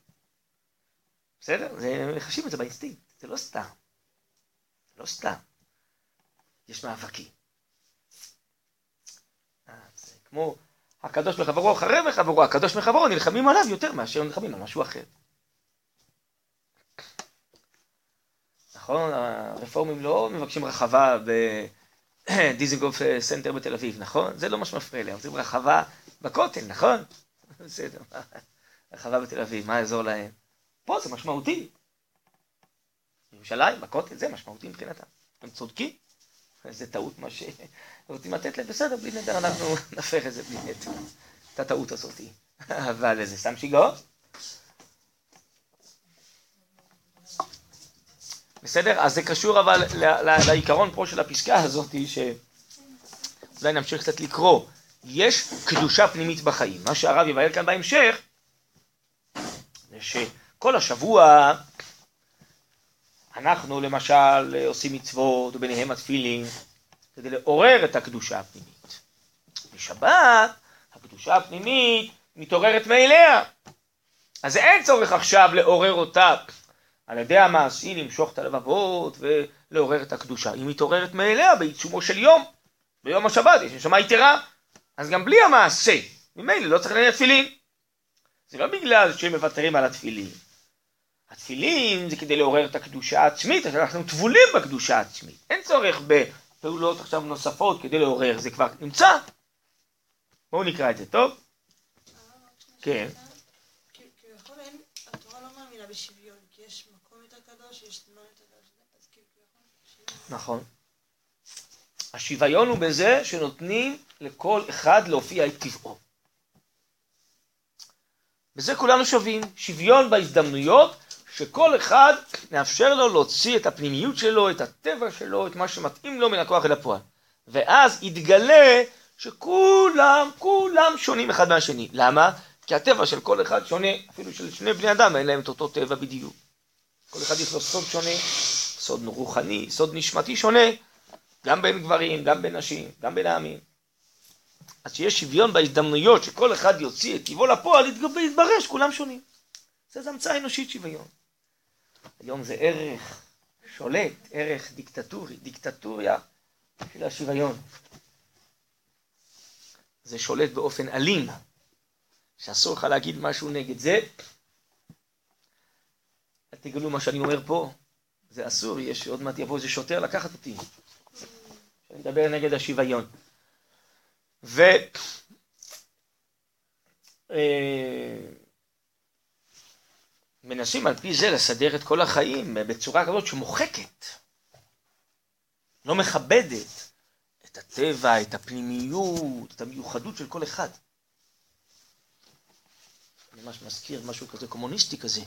בסדר? זה מחשים את זה באינסטינקט, זה לא סתם. זה לא סתם. יש מאבקים. זה כמו הקדוש מחברו, חרב מחברו, הקדוש מחברו, נלחמים עליו יותר מאשר נלחמים על משהו אחר. נכון? הרפורמים לא מבקשים רחבה בדיזנגוף סנטר בתל אביב, נכון? זה לא מה שמפריע להם, רוצים רחבה בכותל, נכון? בסדר, רחבה בתל אביב, מה יעזור להם? פה זה משמעותי. ירושלים, בכותל, זה משמעותי מבחינתם. הם צודקים. זה טעות מה שרוצים לתת להם. בסדר, בלי נדר, אנחנו נפך את זה בלי נדר. את הטעות הזאת. אבל זה סתם שיגעון. בסדר? אז זה קשור אבל לעיקרון פה של הפסקה הזאת, שאולי נמשיך קצת לקרוא. יש קדושה פנימית בחיים. מה שהרב יבהר כאן בהמשך, זה שכל השבוע אנחנו למשל עושים מצוות וביניהם התפילין, כדי לעורר את הקדושה הפנימית. בשבת הקדושה הפנימית מתעוררת מאליה. אז אין צורך עכשיו לעורר אותה על ידי המעשים, למשוך את הלבבות ולעורר את הקדושה. היא מתעוררת מאליה בעיצומו של יום. ביום השבת יש נשמה יתרה. אז גם בלי המעשה, ממילא לא צריך להניח תפילין. זה לא בגלל שהם מוותרים על התפילין. התפילין זה כדי לעורר את הקדושה העצמית, אז אנחנו טבולים בקדושה העצמית. אין צורך בפעולות עכשיו נוספות כדי לעורר, זה כבר נמצא. בואו נקרא את זה, טוב? כן. כביכול אין, התורה לא מאמינה בשוויון, כי יש מקום יותר קדוש, יש זמן יותר קדוש, אז כביכול... נכון. השוויון הוא בזה שנותנים לכל אחד להופיע את טבעו. בזה כולנו שווים, שוויון בהזדמנויות, שכל אחד נאפשר לו להוציא את הפנימיות שלו, את הטבע שלו, את מה שמתאים לו מן הכוח אל הפועל. ואז יתגלה שכולם שונים אחד מהשני. למה? כי הטבע של כל אחד שונה, אפילו של שני בני אדם, אין להם את אותו טבע בדיוק. כל אחד יש לו סוד שונה, סוד רוחני, סוד נשמתי שונה, גם בין גברים, גם בין נשים, גם בין העמים. אז שיש שוויון בהזדמנויות, שכל אחד יוציא את טבעו לפועל, יתברר שכולם שונים. זה המצאה אנושית שוויון. היום זה ערך שולט, ערך דיקטטורי, דיקטטוריה של השוויון. זה שולט באופן אלים, שאסור לך להגיד משהו נגד זה. אל תגלו מה שאני אומר פה, זה אסור, יש עוד מעט יבוא איזה שוטר לקחת אותי. שאני מדבר נגד השוויון. מנסים על פי זה לסדר את כל החיים בצורה כזאת שמוחקת, לא מכבדת את הטבע, את הפנימיות, את המיוחדות של כל אחד. אני ממש מזכיר משהו כזה קומוניסטי כזה.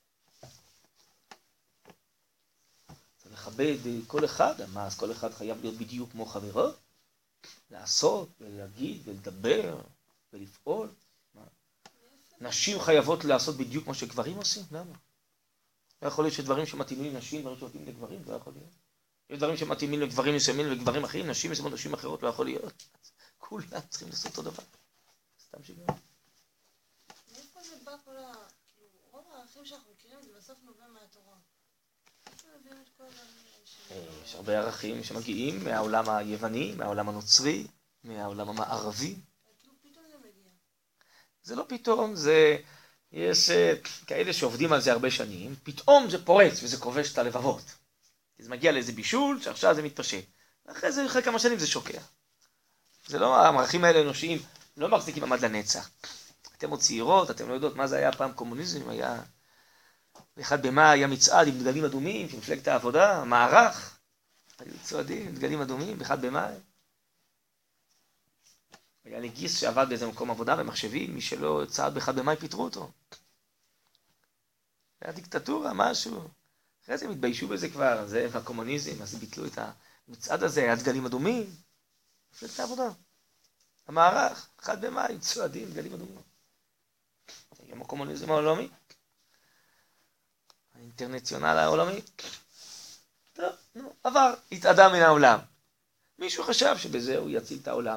זה מכבד כל אחד, מה, אז כל אחד חייב להיות בדיוק כמו חברו? לעשות ולהגיד ולדבר ולפעול. נשים חייבות לעשות בדיוק מה שגברים עושים? למה? לא יכול להיות שדברים שמתאימים לנשים, דברים שמתאימים לגברים, לא יכול להיות. יש דברים שמתאימים לגברים מסוימים ולגברים אחרים, נשים מסוימות נשים אחרות, לא יכול להיות. כולם צריכים לעשות אותו דבר. סתם שגרים. מאיפה זה בא כל ה... כאילו, רוב הערכים שאנחנו מכירים זה בסוף נובע מהתורה. איפה מביאים את כל הדברים? יש הרבה ערכים שמגיעים מהעולם היווני, מהעולם הנוצרי, מהעולם המערבי. כאילו פתאום זה מגיע. זה לא פתאום, זה... יש כאלה שעובדים על זה הרבה שנים, פתאום זה פורץ וזה כובש את הלבבות. זה מגיע לאיזה בישול שעכשיו זה מתפשט. ואחרי זה, אחרי כמה שנים זה שוקע. זה לא, המערכים האלה אנושיים לא מחזיקים עמד לנצח. אתם עוד צעירות, אתם לא יודעות מה זה היה פעם קומוניזם, היה... באחד במאי היה מצעד עם דגלים אדומים של מפלגת העבודה, מערך. היו צועדים עם דגלים אדומים באחד במאי. היה לי גיס שעבד באיזה מקום עבודה במחשבים, מי שלא צעד באחד במאי פיטרו אותו. היה דיקטטורה, משהו. אחרי זה הם התביישו בזה כבר, זה הקומוניזם, אז ביטלו את המצעד הזה, היה דגלים אדומים. מפלגת העבודה. המערך, אחד במאי, צועדים, דגלים אדומים. יום הקומוניזם העולמי. האינטרנציונל העולמי. טוב, נו, עבר, התאדה מן העולם. מישהו חשב שבזה הוא יציל את העולם.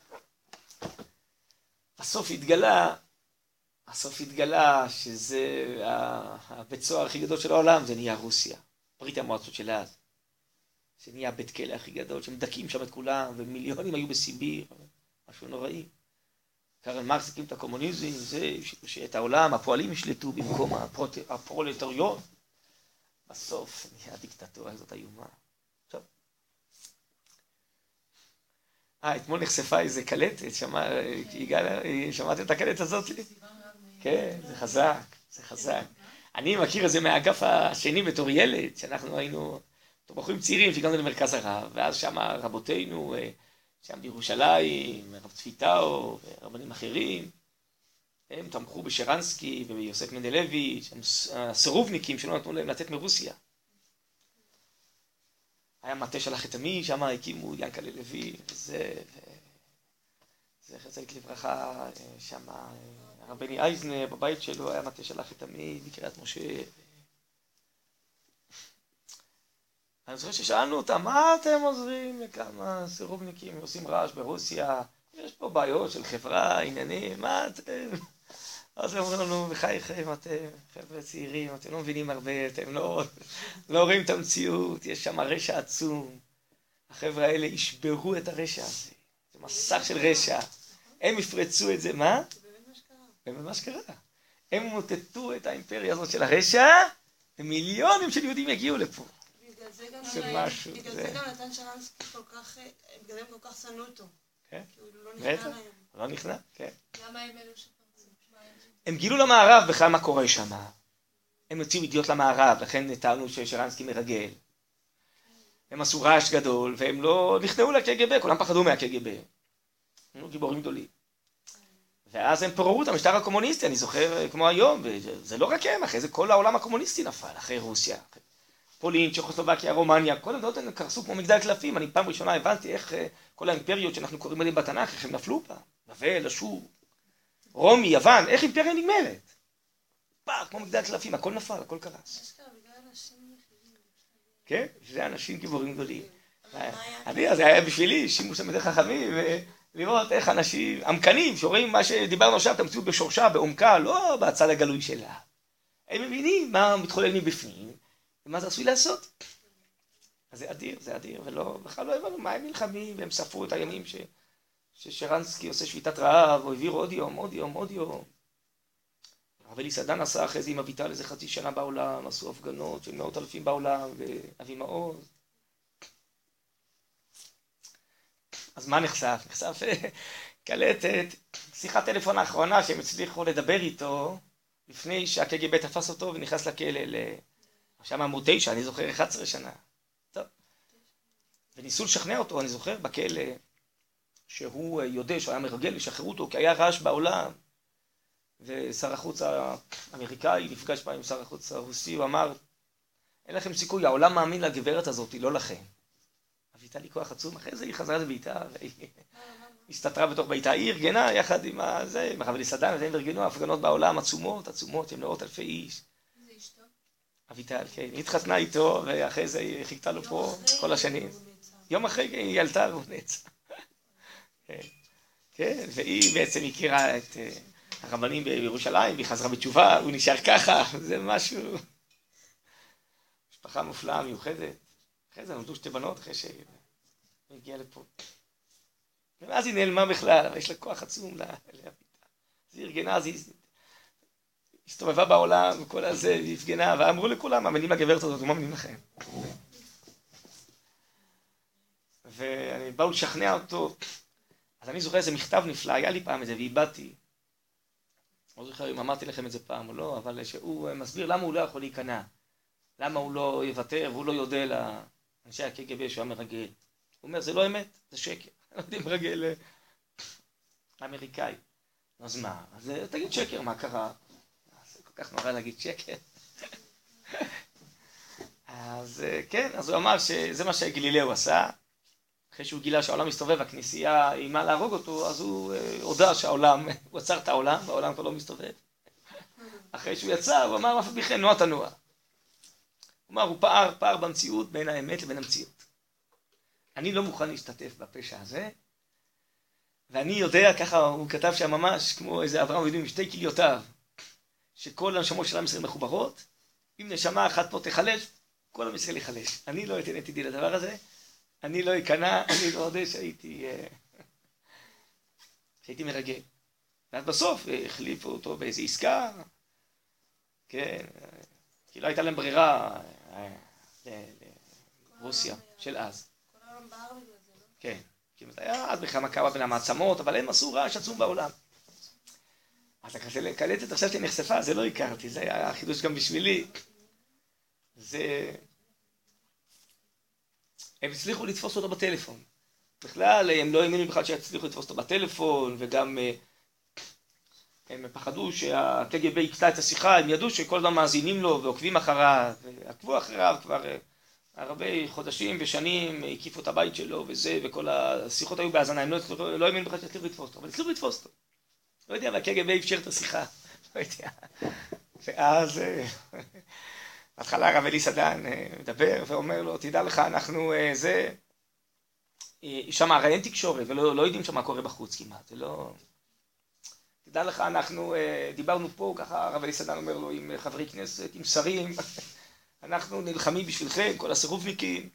הסוף התגלה שזה הבית סוהר הכי גדול של העולם, זה נהיה רוסיה, ברית המועצות של אז. זה נהיה בית כלא הכי גדול, שמדכאים שם את כולם, ומיליונים היו בסיביר, משהו נוראי. קרל מרקס הקים את הקומוניזם, זה שאת העולם, הפועלים ישלטו במקום הפרולטריון. בסוף נהיה דיקטטורה הזאת איומה. עכשיו. אתמול נחשפה איזה קלטת, שמעתם את הקלטת הזאת? כן, זה חזק, זה חזק. אני מכיר את זה מהאגף השני בתור ילד, שאנחנו היינו בחורים צעירים שהגענו למרכז הרב, ואז שם רבותינו, שם בירושלים, רב צפיטאו ורבנים אחרים, הם תמכו בשרנסקי וביוסף מנדלביץ', הסירובניקים שלא נתנו להם לצאת מרוסיה. היה מטה של החתמי, שם הקימו ינקלה לוי, וזה חזק לברכה, שם הרבני אייזנר בבית שלו היה מטה של החתמי בקריית משה. אני זוכר ששאלנו אותם, מה אתם עוזרים לכמה סירובניקים עושים רעש ברוסיה? יש פה בעיות של חברה, עניינים, מה אתם? אז הם אומרים לנו, בחייכם, אתם חבר'ה צעירים, אתם לא מבינים הרבה, אתם לא רואים את המציאות, יש שם רשע עצום. החבר'ה האלה ישברו את הרשע הזה, זה מסך של רשע. הם יפרצו את זה, מה? זה באמת מה שקרה. באמת מה שקרה. הם מוטטו את האימפריה הזאת של הרשע, מיליונים של יהודים יגיעו לפה. בגלל זה גם זה משהו, בגלל זה- זה גם נתן שרנסקי כל כך, בגלל זה הם כל כך שנאו אותו. כן. כי הוא לא בטח. נכנע להם. לא נכנע, כן. למה הם אלו שפרצו? מה הם? הם גילו למערב בכלל מה קורה שם. הם יוצאים ידיעות למערב, לכן טענו ששרנסקי מרגל. הם עשו רעש גדול, והם לא נכנעו לקג"ב, כולם פחדו מהקג"ב. הם היו גיבורים גדולים. ואז הם פוררו את המשטר הקומוניסטי, אני זוכר כמו היום, וזה לא רק הם, אחרי זה כל העולם הקומוניסטי נפל, אחרי רוסיה. פולין, צ'כוסלובקיה, רומניה, כל המדינות הן קרסו כמו מגדל קלפים. אני פעם ראשונה הבנתי איך כל האימפריות שאנחנו קוראים עליהן בתנ"ך, איך הם נפלו פעם. בבל, אשור, רומי, יוון, איך אימפריה נגמרת? פח, כמו מגדל קלפים, הכל נפל, הכל קרס. אשכרה, בגלל אנשים יחידים. כן? זה אנשים גיבורים גדולים. אבל מה היה? אני, אז זה היה בשבילי שימוש תלמידי חכמים, ולראות איך אנשים עמקנים, שרואים מה שדיברנו עכשיו, את המציאות בשורשה, בעומקה, לא בצד הגלוי שלה. הם מבינים מה מתחולל מבפנים, ומה זה עשוי לעשות. אז זה אדיר, ולא, בכלל לא הבנו מה הם נלחמים, והם ספרו את הימים ששרנסקי עושה שביתת רעב, או העביר עוד יום, עוד יום, עוד יום. הרב אלי סדן עשה אחרי זה עם אביטל איזה חצי שנה בעולם, עשו הפגנות של 100,000 בעולם, ואבי מעוז. אז מה נחשף? נחשף קלטת, שיחת טלפון האחרונה שהם הצליחו לדבר איתו, לפני שהקג"ב תפס אותו ונכנס לכלא, שם עמוד 9, אני זוכר 11 שנה. טוב. וניסו לשכנע אותו, אני זוכר, בכלא, שהוא יודע שהוא היה מרגל לשחרר אותו, כי היה רעש בעולם. ושר החוץ האמריקאי נפגש פעם עם שר החוץ הרוסי, הוא אמר, אין לכם סיכוי, העולם מאמין לגברת הזאת, לא לכם. אביטל לי כוח עצום, אחרי זה היא חזרה לביתה, והיא הסתתרה בתוך ביתה, היא ארגנה יחד עם הרב אלי סדן, והם ארגנו הפגנות בעולם עצומות, עצומות, עם מאות אלפי איש. זה אשתו? אביטל, כן, היא התחתנה איתו, ואחרי זה היא חיכתה לו פה כל השנים. הוא נעצר. יום אחרי היא עלתה והוא נעצר. כן, והיא בעצם הכירה את הרבנים בירושלים, והיא חזרה בתשובה, הוא נשאר ככה, זה משהו... משפחה מופלאה, מיוחדת. אחרי זה נולדו שתי בנות, אחרי שהיא הגיעה לפה. ואז היא נעלמה בכלל, אבל יש לה כוח עצום להביטה. אז היא ארגנה, אז היא הסתובבה בעולם, וכל הזה, היא הפגנה, ואמרו לכולם, מאמינים לגברת הזאת, לא מאמינים לכם. ואני באו לשכנע אותו, אז אני זוכר איזה מכתב נפלא, היה לי פעם את זה, ואיבדתי. לא זוכר אם אמרתי לכם את זה פעם או לא, אבל שהוא מסביר למה הוא לא יכול להיכנע. למה הוא לא יוותר, והוא לא יודע לאנשי הקג"ב שהוא המרגל. הוא אומר, זה לא אמת, זה שקר. אני לא יודע, מרגל אמריקאי. אז מה? אז תגיד שקר, מה קרה? זה כל כך נורא להגיד שקר. אז כן, אז הוא אמר שזה מה שגלילאו עשה. אחרי שהוא גילה שהעולם מסתובב, הכנסייה אימה להרוג אותו, אז הוא הודע שהעולם, הוא עצר את העולם, והעולם כבר לא מסתובב. אחרי שהוא יצא, הוא אמר, אף בכן, נוע תנוע. הוא אמר, הוא פער במציאות בין האמת לבין המציאות. אני לא מוכן להשתתף בפשע הזה, ואני יודע, ככה הוא כתב שם ממש, כמו איזה אברהם אבינו עם שתי כליותיו, שכל הנשמות של עם ישראל מחוברות, אם נשמה אחת פה תחלש, כל עם ישראל יחלש. אני לא אתן את ידי לדבר הזה, אני לא אכנע, אני לא יודע שהייתי מרגל. ואז בסוף החליפו אותו באיזו עסקה, כן, כי לא הייתה להם ברירה לרוסיה של אז. כל העולם בער בגלל זה, לא? כן, כי זה היה אז בכלל מכבה בין המעצמות, אבל הם עשו רעש עצום בעולם. אז הקלטת עכשיו שנחשפה, זה לא הכרתי, זה היה חידוש גם בשבילי. זה... הם הצליחו לתפוס אותו בטלפון. בכלל, הם לא האמינו בכלל שיצליחו לתפוס אותו בטלפון, וגם הם פחדו שהקג"ב יקטע את השיחה, הם ידעו שכל הזמן מאזינים לו ועוקבים אחריו, ועקבו אחריו כבר הרבה חודשים ושנים, הקיפו את הבית שלו וזה, וכל השיחות היו בהאזנה, הם לא האמינו בכלל שיצליחו לתפוס אותו, אבל הצליחו לתפוס אותו. לא יודע, אבל הקג"ב אפשר את השיחה, לא יודע. ואז... בהתחלה הרב אלי סדן מדבר ואומר לו, תדע לך, אנחנו זה, שם הרי אין תקשורת ולא יודעים שם מה קורה בחוץ כמעט, זה לא... תדע לך, אנחנו דיברנו פה, ככה הרב אלי סדן אומר לו, עם חברי כנסת, עם שרים, אנחנו נלחמים בשבילכם, כל הסירובניקים,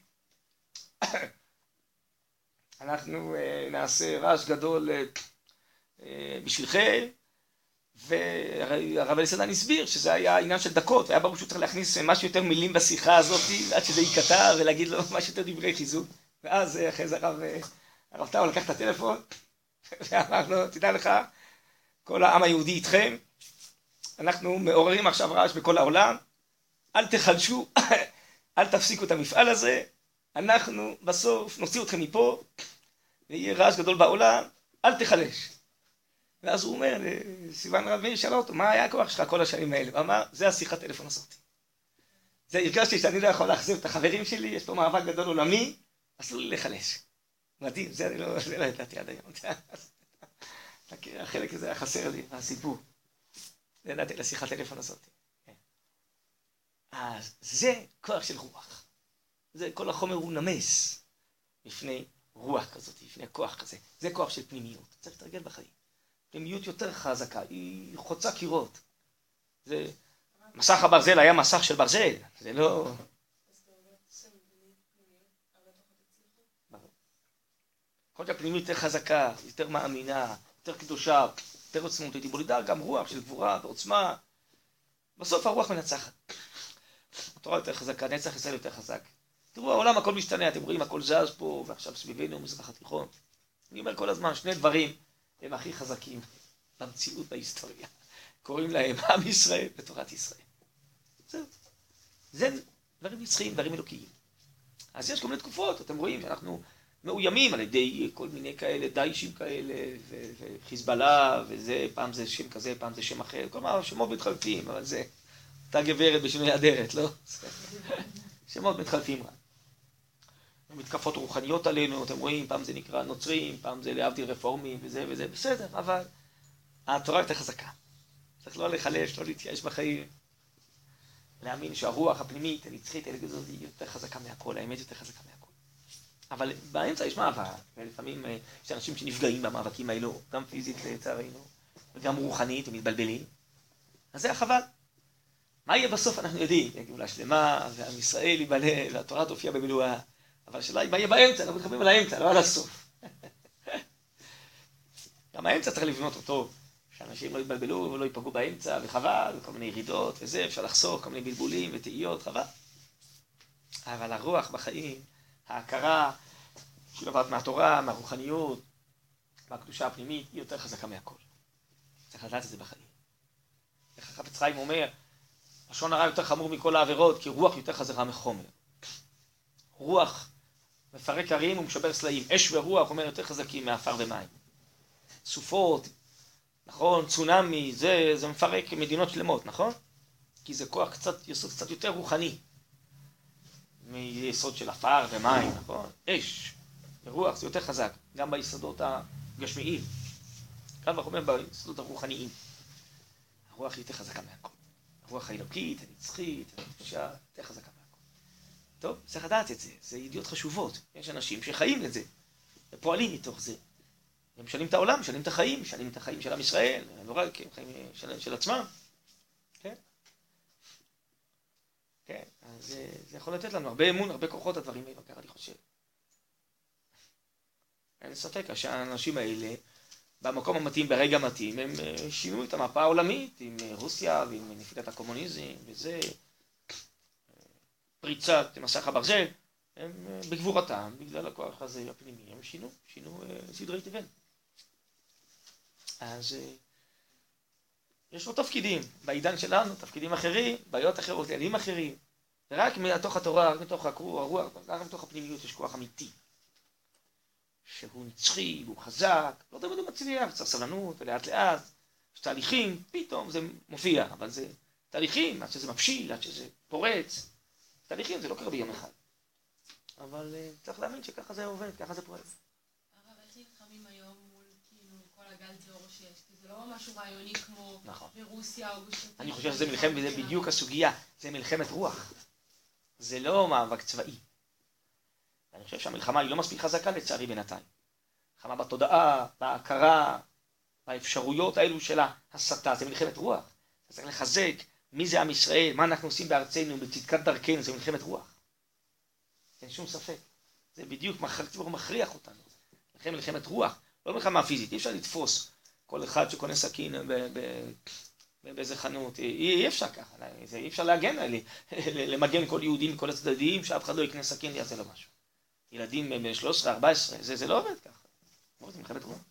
אנחנו נעשה רעש גדול בשבילכם, והרב אליסדן הסביר שזה היה עניין של דקות, והיה ברור שהוא צריך להכניס משהו יותר מילים בשיחה הזאת, עד שזה ייקטע, ולהגיד לו משהו יותר דברי חיזוק. ואז אחרי זה הרב טאו לקח את הטלפון, ואמר לו, תדע לך, כל העם היהודי איתכם, אנחנו מעוררים עכשיו רעש בכל העולם, אל תחלשו, אל תפסיקו את המפעל הזה, אנחנו בסוף נוציא אתכם מפה, ויהיה רעש גדול בעולם, אל תחלש. ואז הוא אומר, סיוון רב מאיר שאלה אותו, מה היה הכוח שלך כל השנים האלה? הוא אמר, זה השיחת טלפון הזאת. זה הרגשתי שאני לא יכול להחזיר את החברים שלי, יש פה מאבק גדול עולמי, אסור לי לחלש. מדהים, זה אני לא ידעתי עד היום. החלק הזה היה חסר לי, הסיפור. זה ידעתי לשיחת טלפון הזאת. אז זה כוח של רוח. זה כל החומר הוא נמס לפני רוח כזאת, לפני כוח כזה. זה כוח של פנימיות. צריך לתרגל בחיים. פנימיות יותר חזקה, היא חוצה קירות. זה... מסך הברזל היה מסך של ברזל, זה לא... יכול להיות שהפנימיות יותר חזקה, יותר מאמינה, יותר קדושה, יותר עוצמות, הייתי בולידה גם רוח של גבורה ועוצמה. בסוף הרוח מנצחת. התורה יותר חזקה, נצח ישראל יותר חזק. תראו, העולם הכל משתנה, אתם רואים הכל זז פה, ועכשיו סביבנו מזרח התיכון. אני אומר כל הזמן, שני דברים הם הכי חזקים במציאות בהיסטוריה. קוראים להם עם ישראל ותורת ישראל. זהו. זה דברים נצחיים, דברים אלוקיים. אז יש כל מיני תקופות, אתם רואים שאנחנו מאוימים על ידי כל מיני כאלה, דיישים כאלה, וחיזבאללה, וזה, פעם זה שם כזה, פעם זה שם אחר, כל מה, שמות מתחלפים, אבל זה, אותה גברת בשינוי אדרת, לא? שמות מתחלפים רק. מתקפות רוחניות עלינו, אתם רואים, פעם זה נקרא נוצרים, פעם זה להבדיל רפורמים, וזה וזה, בסדר, אבל התורה יותר חזקה. צריך לא לחלש, לא להתייאש בחיים. להאמין שהרוח הפנימית, הנצחית, היא יותר חזקה מהכל, האמת יותר חזקה מהכל. אבל באמצע יש מאבק, ולפעמים יש אנשים שנפגעים במאבקים האלו, גם פיזית לצערנו, וגם רוחנית, ומתבלבלים. אז זה החבל. מה יהיה בסוף אנחנו יודעים, גאולה שלמה, ועם ישראל ייבנה, והתורה תופיע במילואה. אבל השאלה היא מה יהיה באמצע, אנחנו מתחברים על האמצע, לא על הסוף. גם האמצע צריך לבנות אותו, שאנשים לא יתבלבלו ולא ייפגעו באמצע, וחבל, וכל מיני ירידות וזה, אפשר לחסוך כל מיני בלבולים ותהיות, חבל. אבל הרוח בחיים, ההכרה שנובעת מהתורה, מהרוחניות, מהקדושה הפנימית, היא יותר חזקה מהכל. צריך לדעת את זה בחיים. איך החפץ חיים אומר, לשון הרע יותר חמור מכל העבירות, כי רוח יותר חזרה מחומר. רוח מפרק הרים ומשבר סלעים. אש ורוח אומר יותר חזקים מאפר ומים. סופות, נכון, צונמי, זה מפרק מדינות שלמות, נכון? כי זה כוח קצת, יסוד קצת יותר רוחני. מיסוד של אפר ומים, נכון? אש ורוח זה יותר חזק, גם ביסודות הגשמיים. כאן אנחנו אומרים ביסודות הרוחניים. הרוח היא יותר חזקה מהכל. הרוח האלוקית, הנצחית, הנפשה, יותר חזקה מהכל. טוב, צריך לדעת את זה, זה ידיעות חשובות. יש אנשים שחיים לזה, ופועלים מתוך זה. הם משנים את העולם, משנים את החיים, משנים את החיים של עם ישראל, לא רק חיים של עצמם. כן? כן, אז זה יכול לתת לנו הרבה אמון, הרבה כוחות הדברים האלה, ככה אני חושב. אין ספק, שהאנשים האלה, במקום המתאים, ברגע המתאים, הם שינו את המפה העולמית עם רוסיה ועם נפילת הקומוניזם וזה, פריצת מסך הברזל, הם בגבורתם, בגלל הכוח הזה הפנימי, הם שינו סדרי טבעין. אז יש לו תפקידים, בעידן שלנו, תפקידים אחרים, בעיות אחרות, עניינים אחרים. רק מתוך התורה, רק מתוך הרוח, רק מתוך הפנימיות יש כוח אמיתי. שהוא נצחי, הוא חזק, לא תמיד הוא מצליח, צריך סבלנות, ולאט לאט, יש תהליכים, פתאום זה מופיע, אבל זה תהליכים, עד שזה מבשיל, עד שזה פורץ. תהליכים זה לא קרה ביום אחד. אבל צריך להאמין שככה זה עובד, ככה זה פועל. הרב, איך נלחמים היום מול כאילו כל הגל טרור שיש? כי זה לא משהו רעיוני כמו ברוסיה או בשטחים. אני חושב שזה מלחמת, וזה בדיוק הסוגיה, זה מלחמת רוח. זה לא מאבק צבאי. אני חושב שהמלחמה היא לא מספיק חזקה לצערי בינתיים. מלחמה בתודעה, בהכרה, באפשרויות האלו של ההסתה, זה מלחמת רוח. זה צריך לחזק מי זה עם ישראל, מה אנחנו עושים בארצנו, בצדקת דרכנו, זה מלחמת רוח. אין שום ספק. זה בדיוק מכריח אותנו. לכן מלחמת רוח, לא מלחמה פיזית, אי אפשר לתפוס כל אחד שקונה סכין באיזה חנות, אי אפשר ככה, אי אפשר להגן עלי, למגן כל יהודים מכל הצדדים, שאף אחד לא יקנה סכין ויעשה לו משהו. ילדים בין 13, 14, זה לא עובד ככה. זה מלחמת רוח.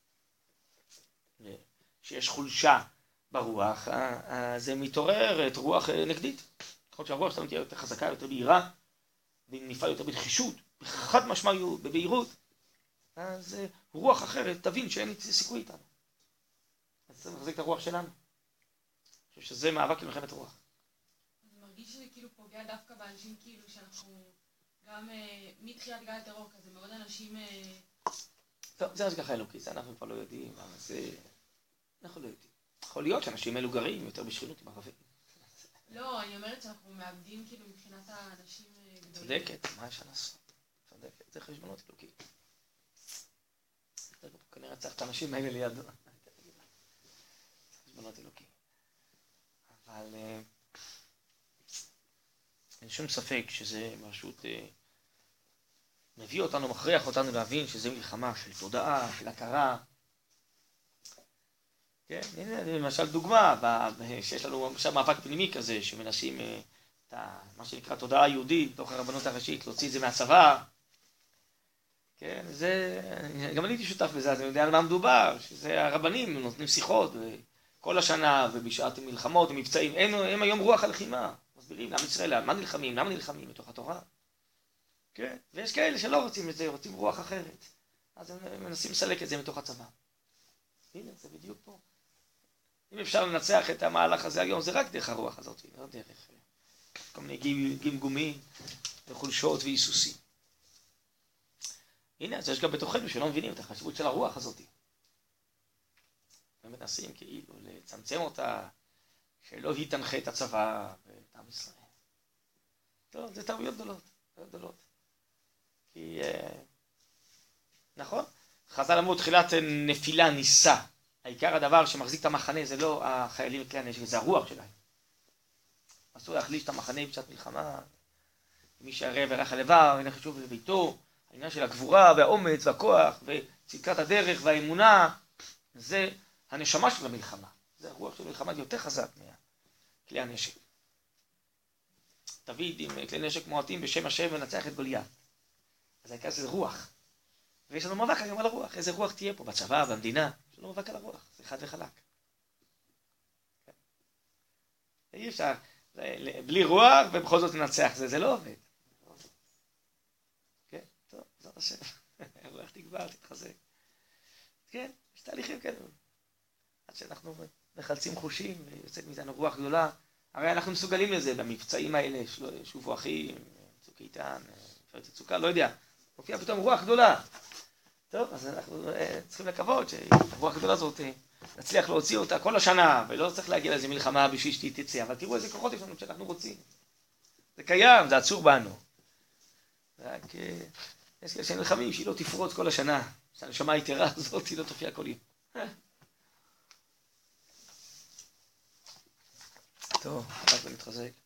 כשיש חולשה ברוח, זה מתעוררת רוח נגדית. יכול להיות שהרוח שלנו תהיה יותר חזקה, יותר בהירה, ונפעל יותר בדחישות, בחד משמעיות, בבהירות. אז רוח אחרת, תבין שאין סיכוי איתנו. אז צריך לחזק את הרוח שלנו. אני חושב שזה מאבק למלחמת רוח. אני מרגיש שזה כאילו פוגע דווקא באנשים כאילו שאנחנו גם מתחילת גל הטרור כזה, מאוד אנשים... טוב, זה השגחה אלוקית, אנחנו כבר לא יודעים, אבל זה... אנחנו לא יודעים. יכול להיות שאנשים אלו גרים יותר בשכנות עם ערבים. לא, אני אומרת שאנחנו מאבדים כאילו מבחינת האנשים גדולים. צודקת, מה יש לעשות? צודקת, זה חשבונות אלוקית. כנראה צריך את האנשים האלה לידו. חשבונות אלוקית. אבל אין שום ספק שזה פשוט מביא אותנו, מכריח אותנו להבין שזה מלחמה של תודעה, של הכרה. כן, הנה למשל דוגמה, שיש לנו למשל מאבק פנימי כזה, שמנסים את מה שנקרא תודעה יהודית, בתוך הרבנות הראשית, להוציא את זה מהצבא. כן, זה, גם אני הייתי שותף בזה, אני יודע על מה מדובר, שזה הרבנים נותנים שיחות כל השנה, ובשעת מלחמות ומבצעים, הם היום רוח הלחימה, מסבירים לעם ישראל, על מה נלחמים, למה נלחמים בתוך התורה. כן, ויש כאלה שלא רוצים את זה, רוצים רוח אחרת, אז הם מנסים לסלק את זה מתוך הצבא. הנה, זה בדיוק פה. אם אפשר לנצח את המהלך הזה היום, זה רק דרך הרוח הזאת, לא דרך כל מיני גמגומים וחולשות והיסוסים. הנה, אז יש גם בתוכנו שלא מבינים את החשיבות של הרוח הזאת. ומנסים כאילו לצמצם אותה, שלא היא תנחה את הצבא ואת עם ישראל. טוב, זה טעויות גדולות. כי, נכון? חז"ל אמרו תחילת נפילה ניסה. העיקר הדבר שמחזיק את המחנה זה לא החיילים וכלי הנשק, זה הרוח שלהם. אסור להחליש את המחנה בשעת מלחמה. מי שהרב ורח הלבב, אין חשוב לביתו. העניין של הגבורה והאומץ והכוח וצדקת הדרך והאמונה, זה הנשמה של המלחמה. זה הרוח של המלחמה יותר חזק מכלי הנשק. דוד עם כלי נשק מועטים בשם השם ונצח את גוליית. אז העיקר זה רוח. ויש לנו מאבק היום על הרוח. איזה רוח תהיה פה בצבא, במדינה. יש לנו מאבק על הרוח. זה חד וחלק. אי אפשר, בלי רוח ובכל זאת לנצח. זה לא עובד. כן, טוב, זאת השם. רוח תגבר, תתחזק. כן, יש תהליכים כאלה. עד שאנחנו מחלצים חושים ויוצאת מאיתנו רוח גדולה. הרי אנחנו מסוגלים לזה במבצעים האלה, שובו אחים, צוק איתן, פרץ הצוקה, לא יודע. מופיע פתאום רוח גדולה. טוב, אז אנחנו צריכים לקוות שהרוח הגדולה הזאת נצליח להוציא אותה כל השנה, ולא צריך להגיע לאיזה מלחמה בשביל שהיא תצא, אבל תראו איזה כוחות יש לנו שאנחנו רוצים. זה קיים, זה עצור בנו. רק יש כאלה שנלחמים שהיא לא תפרוץ כל השנה, שהנשמה היתרה הזאת היא לא תופיע כל יום. טוב, רק ונתחזק.